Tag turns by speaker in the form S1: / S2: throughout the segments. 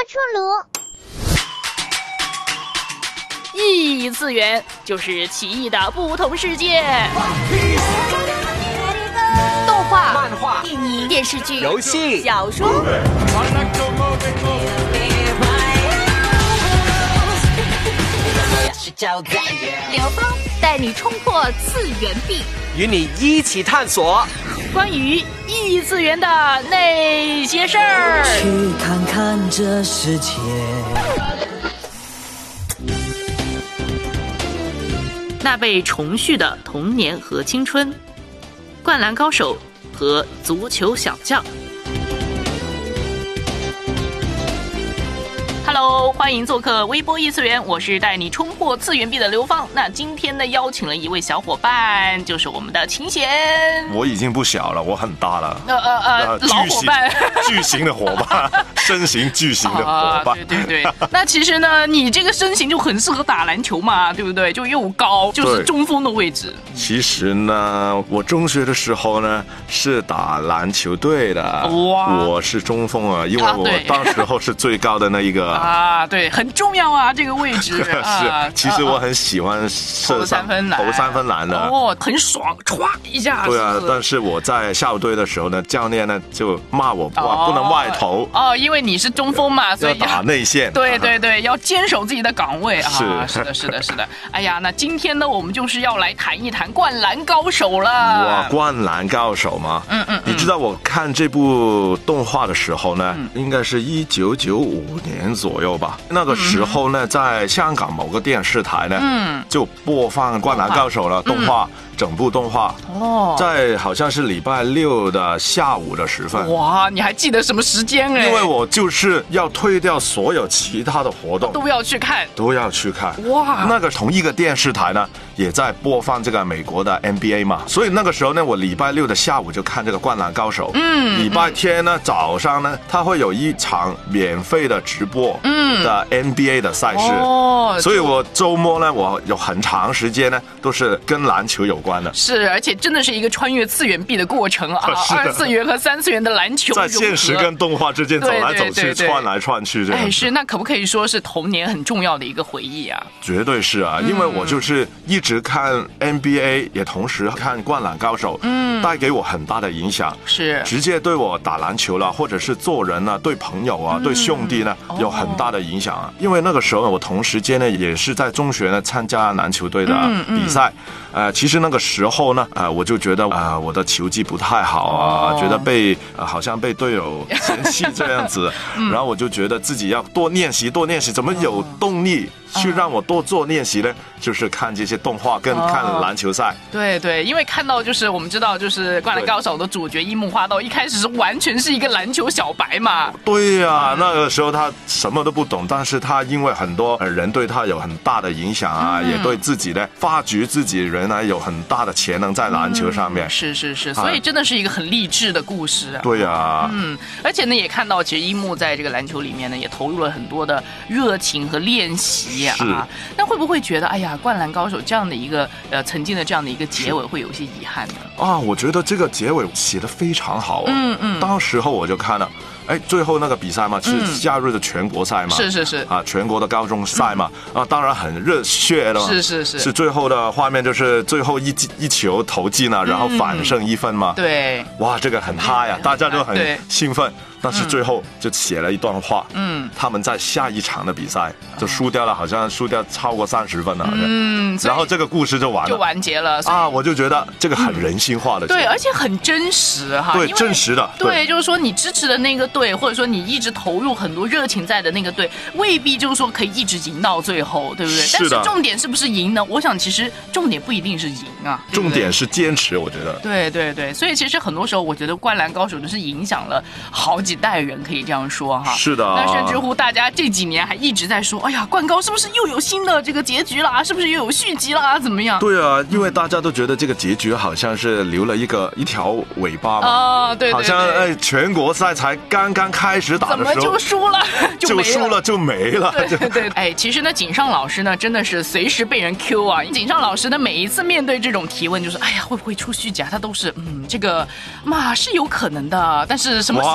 S1: 出炉。
S2: 异次元就是奇异的不同世界，动画、
S3: 漫画、
S2: 电影、电视剧、
S3: 游戏、
S2: 小说。刘芳带你冲破次元壁，
S3: 与你一起探索
S2: 关于异次元的那些事儿。
S4: 去看看这世界。
S2: 那被重续的童年和青春，灌篮高手和足球小将。Hello， 欢迎做客微波异次元，我是带你冲破次元壁的刘芳。那今天呢，邀请了一位小伙伴，就是我们的秦贤。
S5: 我已经不小了，我很大了。
S2: 老伙伴，
S5: 巨型的伙伴，身形巨型的伙伴。
S2: 对。那其实呢，你这个身形就很适合打篮球嘛，对不对？就又高，就是中锋的位置。
S5: 其实呢，我中学的时候呢是打篮球队的。哇！我是中锋啊，因为我当时候是最高的那一个。
S2: 对，很重要啊，这个位置。
S5: 是，其实我很喜欢投三分篮的。
S2: 哦，很爽，歘一下。
S5: 对啊，但是我在校队的时候呢，教练呢就骂我不能外投。
S2: 因为你是中锋嘛，所以
S5: 要打内线。
S2: 对，要坚守自己的岗位啊。
S5: 是
S2: 的。哎呀，那今天呢，我们就是要来谈一谈《灌篮高手》了。
S5: 哇，灌篮高手吗？你知道我看这部动画的时候呢，应该是1995年左右吧。那个时候呢，在香港某个电视台呢，就播放《灌篮高手》了动画。整部动画在好像是礼拜六的下午的时分。
S2: 哇，你还记得什么时间？
S5: 因为我就是要推掉所有其他的活动，
S2: 都要去看。
S5: 哇，那个同一个电视台呢，也在播放这个美国的 NBA 嘛，所以那个时候呢，我礼拜六的下午就看这个《灌篮高手》。礼拜天呢早上呢，他会有一场免费的直播的 NBA 的赛事。所以我周末呢，我有很长时间呢都是跟篮球有关。
S2: 是，而且真的是一个穿越次元壁的过程啊！2次元和3次元的篮球
S5: 在现实跟动画之间走来走去，窜来窜去这样。
S2: 是，那可不可以说是童年很重要的一个回忆啊？
S5: 绝对是啊，因为我就是一直看 NBA， 也同时看《灌篮高手》，带给我很大的影响，是直接对我打篮球了，或者是做人啊，对朋友啊，对兄弟呢有很大的影响啊。因为那个时候我同时间呢也是在中学呢参加篮球队的比赛，其实那个时候呢，我就觉得我的球技不太好啊，觉得好像被队友嫌弃这样子，然后我就觉得自己要多练习，怎么有动力去让我多做练习呢？就是看这些动画跟看篮球赛。
S2: 对，因为看到就是我们知道就是《灌篮高手》的主角樱木花道一开始是完全是一个篮球小白嘛。
S5: 对呀，那个时候他什么都不懂，但是他因为很多人对他有很大的影响啊，也对自己呢发掘自己人呢有很大的潜能在篮球上面。
S2: 是，所以真的是一个很励志的故事啊。
S5: 对呀，
S2: 而且呢也看到其实樱木在这个篮球里面呢也投入了很多的热情和练习啊。那会不会觉得哎呀，《灌篮高手》这样的一个曾经的这样的一个结尾会有一些遗憾呢？
S5: 我觉得这个结尾写得非常好。当时候我就看了。最后那个比赛嘛，是夏日的全国赛嘛，
S2: 是
S5: 全国的高中赛嘛，当然很热血的嘛，是最后的画面就是最后一球投进了，然后反胜1分嘛，
S2: 对，
S5: 哇，这个很嗨啊，大家都很兴奋。但是最后就写了一段话，他们在下一场的比赛就输掉了，好像输掉超过30分了，然后这个故事就完结了我就觉得这个很人性化的，
S2: 对，而且很真实哈，
S5: 对，真实的，
S2: 对，就是说你支持的那个队，或者说你一直投入很多热情在的那个队，未必就是说可以一直赢到最后，对不对？但是重点是不是赢呢？我想其实重点不一定是赢啊，
S5: 重点是坚持，我觉得。
S2: 对，所以其实很多时候我觉得《灌篮高手》就是影响了好几代人，可以这样说哈。
S5: 是的。
S2: 那甚至乎大家这几年还一直在说，哎呀，灌高是不是又有新的这个结局啦？是不是又有续集啦？怎么样？
S5: 对啊，因为大家都觉得这个结局好像是留了一条尾巴嘛。
S2: 对，
S5: 好像全国赛才刚刚开始打的时候，
S2: 怎么就输了？
S5: 就没了。
S2: 对，其实呢，井上老师呢真的是随时被人 Q 啊。井上老师呢每一次面对这种提问，就是哎呀会不会出续集啊？他都是这个嘛是有可能的，但是什么时候呢？
S5: 哇，讲那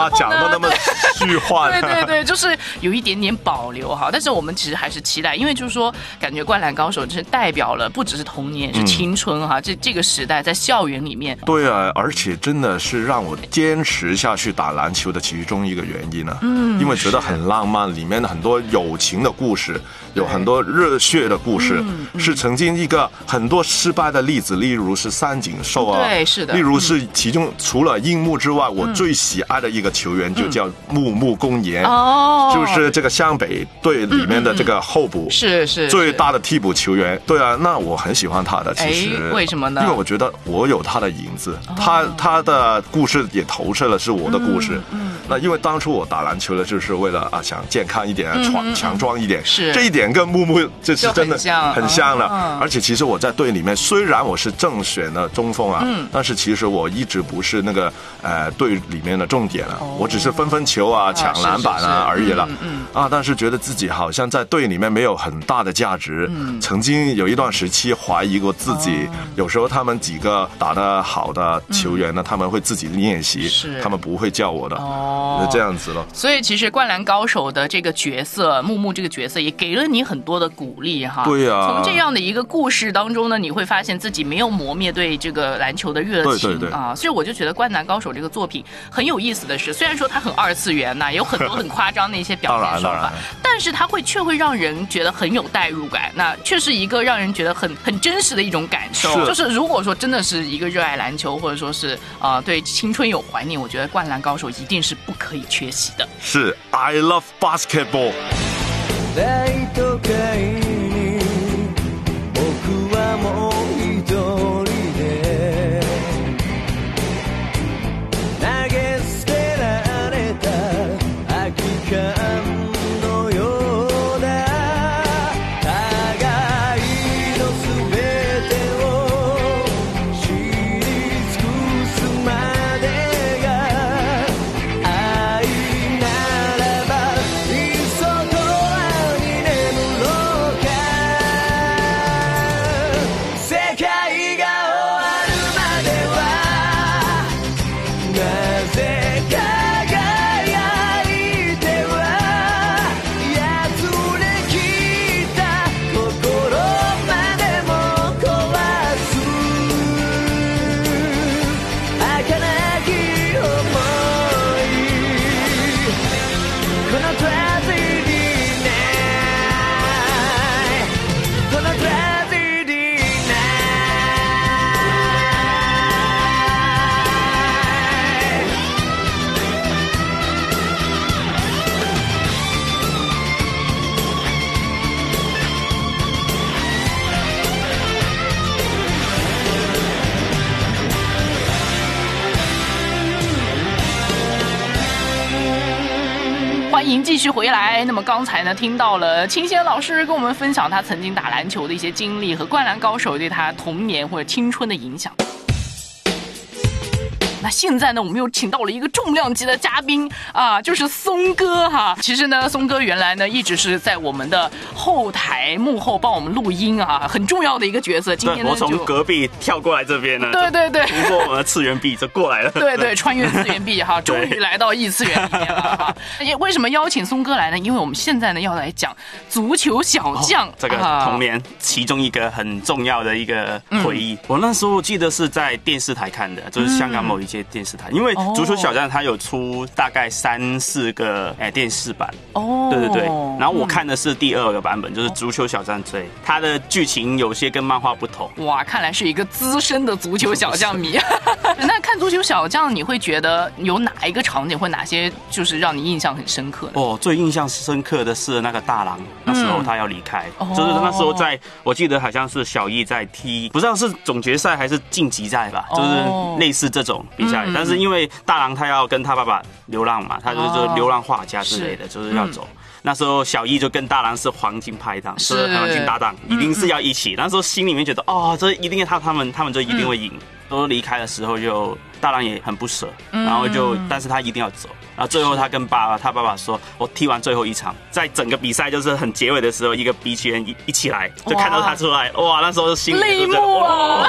S5: 么那么虚幻？
S2: 对对对，就是有一点点保留哈。但是我们其实还是期待，因为就是说，感觉《灌篮高手》是代表了不只是童年，是青春哈。这个时代在校园里面。
S5: 对啊，而且真的是让我坚持下去打篮球的其中一个原因呢。因为觉得很浪漫，里面的很多友情的故事，有很多热血的故事，是曾经一个很多失败的例子，例如是三井寿啊，
S2: 对，是的，
S5: 例如是其中除了樱木之外，我最喜爱的一个球员就叫木木公彦，就是这个湘北队里面的这个候补，
S2: 是
S5: 最大的替补球员。对啊，那我很喜欢他的，其实
S2: 为什么呢？
S5: 因为我觉得我有他的影子，他的故事也投射了是我的故事。那因为当初我打篮球的就是为了想健康一点，强壮一点，
S2: 是
S5: 这一点跟木木这是真的很像了。而且其实我在队里面，虽然我是正选的中锋啊，但是其实我一直不是那个队里面的重点了，我只是分球啊、抢篮板啊而已了。但是觉得自己好像在队里面没有很大的价值。曾经有一段时期怀疑过自己，有时候他们几个打得好的球员呢，他们会自己练习，他们不会叫我的。是这样子了。
S2: 所以其实《灌篮高手》的这个角色，木木这个角色也给了你很多的鼓励哈。
S5: 对啊。
S2: 从这样的一个故事当中呢，你会发现自己没有磨灭对这个篮球的热情。对啊。所以我就觉得《灌篮高手》这个作品很有意思的是，虽然说它很二次元呐，有很多很夸张的一些表现手法，但是它却会让人觉得很有代入感。那却是一个让人觉得很真实的一种感受。就是如果说真的是一个热爱篮球，或者说是对青春有怀念，我觉得《灌篮高手》一定是不可以缺席的。
S5: 是 I love basketball。
S2: 欢迎继续回来。那么刚才呢，听到了清仙老师跟我们分享他曾经打篮球的一些经历和《灌篮高手》对他童年或者青春的影响。那现在呢，我们又请到了一个重量级的嘉宾啊，就是松哥哈。其实呢，松哥原来呢一直是在我们的后台幕后帮我们录音啊，很重要的一个角色。今天呢，
S1: 我从隔壁跳过来这边呢，
S2: 对，
S1: 通过我们的次元壁就过来了。
S2: 对，穿越次元壁哈，终于来到异次元里面了哈。为什么邀请松哥来呢？因为我们现在呢要来讲足球小将，
S1: 这个童年其中一个很重要的一个回忆。我那时候记得是在电视台看的，就是香港某一届电视台，因为足球小将它有出大概3-4个电视版。对，然后我看的是第2个版本，就是足球小将3，它的剧情有些跟漫画不同。
S2: 哇，看来是一个资深的足球小将迷。那看足球小将，你会觉得有哪一个场景或哪些就是让你印象很深刻的？
S1: 最印象深刻的是那个大郎，那时候他要离开，就是那时候我记得好像是小一在踢，不知道是总决赛还是晋级赛吧，就是类似这种比赛。但是因为大郎他要跟他爸爸流浪嘛，他就是流浪画家之类的，就是要走。那时候小一就跟大郎是黄金拍档，是黄金搭档，一定是要一起。那时候心里面觉得这一定要他们就一定会赢。都离开的时候，就大郎也很不舍，然后但是他一定要走。 然后最后他跟他爸爸说，我踢完最后一场，在整个比赛就是很结尾的时候，一个 B 球员一起来就看到他出来，哇，那时候心里
S2: 泪目啊，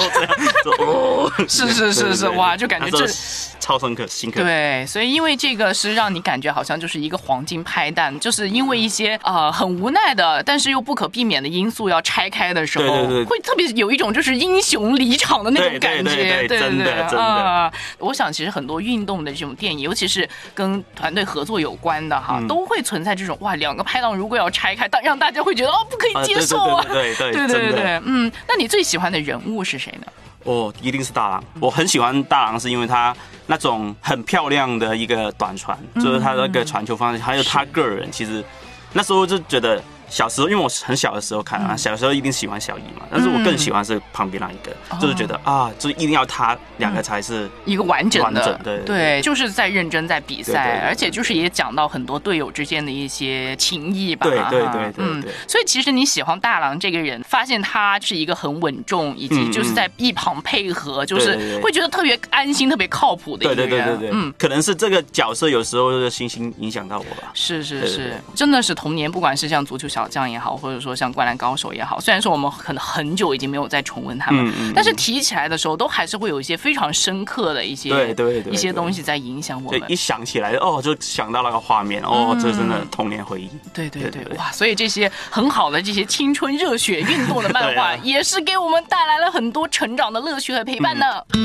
S2: 是，哇，就感觉这
S1: 超深刻。
S2: 对，所以因为这个是让你感觉好像就是一个黄金拍弹，就是因为一些很无奈的，但是又不可避免的因素要拆开的时候，
S1: 对，
S2: 会特别有一种就是英雄离场的那种感觉，
S1: 对，真的。
S2: 我想其实很多运动的这种电影，尤其是跟团队合作有关的哈，都会存在这种哇，两个拍档如果要拆开，让大家会觉得不可以接受啊，
S1: 对，
S2: 那你最喜欢的人物是谁呢？
S1: 一定是大郎。我很喜欢大郎，是因为他那种很漂亮的一个短传，就是他那个传球方式，还有他个人，其实那时候就觉得。小时候，因为我很小的时候看啊，小时候一定喜欢小姨嘛，但是我更喜欢是旁边那一个，就是觉得就是一定要他两个才是
S2: 一个完整的，
S1: 对，
S2: 就是在认真在比赛，而且就是也讲到很多队友之间的一些情谊吧，
S1: 对，
S2: 所以其实你喜欢大郎这个人，发现他是一个很稳重，以及就是在一旁配合，就是会觉得特别安心、特别靠谱的一个人，
S1: 对，可能是这个角色有时候的星星影响到我吧，
S2: 是，真的是童年，不管是像足球小将也好，或者说像灌篮高手也好，虽然说我们可能很久已经没有再重温他们，但是提起来的时候都还是会有一些非常深刻的一些一些东西在影响我们。
S1: 一想起来就想到那个画面，这真的童年回忆。
S2: 对，哇，所以这些很好的这些青春热血运动的漫画，也是给我们带来了很多成长的乐趣和陪伴呢。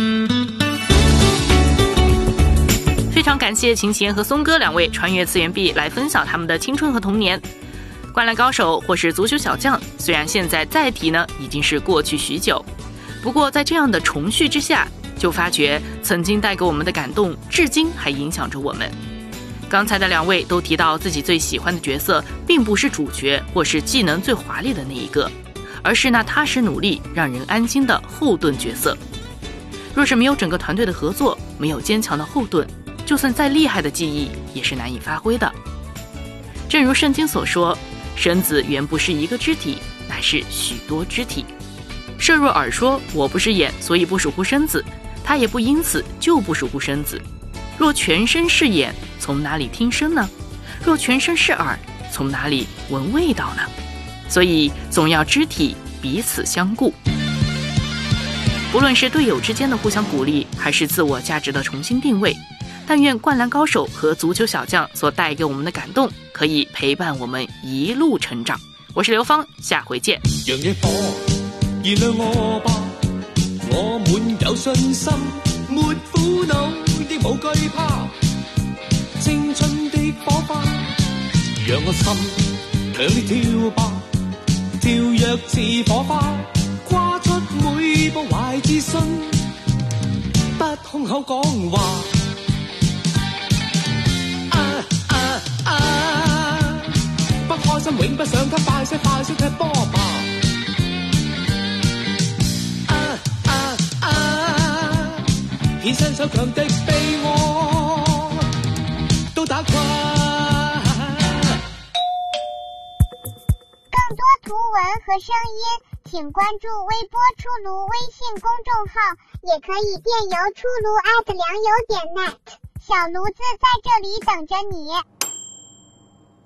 S2: 非常感谢秦贤和松哥两位穿越次元壁来分享他们的青春和童年。灌篮高手或是足球小将，虽然现在再提呢已经是过去许久，不过在这样的重续之下，就发觉曾经带给我们的感动至今还影响着我们。刚才的两位都提到自己最喜欢的角色并不是主角或是技能最华丽的那一个，而是那踏实努力让人安心的后盾角色。若是没有整个团队的合作，没有坚强的后盾，就算再厉害的技艺也是难以发挥的。正如圣经所说，身子原不是一个肢体，乃是许多肢体。设若耳说我不是眼，所以不属乎身子，他也不因此就不属乎身子。若全身是眼，从哪里听声呢？若全身是耳，从哪里闻味道呢？所以总要肢体彼此相顾。不论是队友之间的互相鼓励，还是自我价值的重新定位，但愿灌篮高手和足球小将所带给我们的感动，可以陪伴我们一路成长。我是刘芳，下回见。
S6: 讓野火燃亮我吧，我滿有信心，沒苦惱亦無懼怕，青春的火花，讓我心強烈跳吧，跳躍似火花，跨出每步懷自信，不空口講話。不開心永不想給，快些踢波吧！天生手強的被我都打垮。
S7: 更多图文和声音，请关注微波出炉微信公众号，也可以电邮出炉@良友.net，小炉子在这里等着你。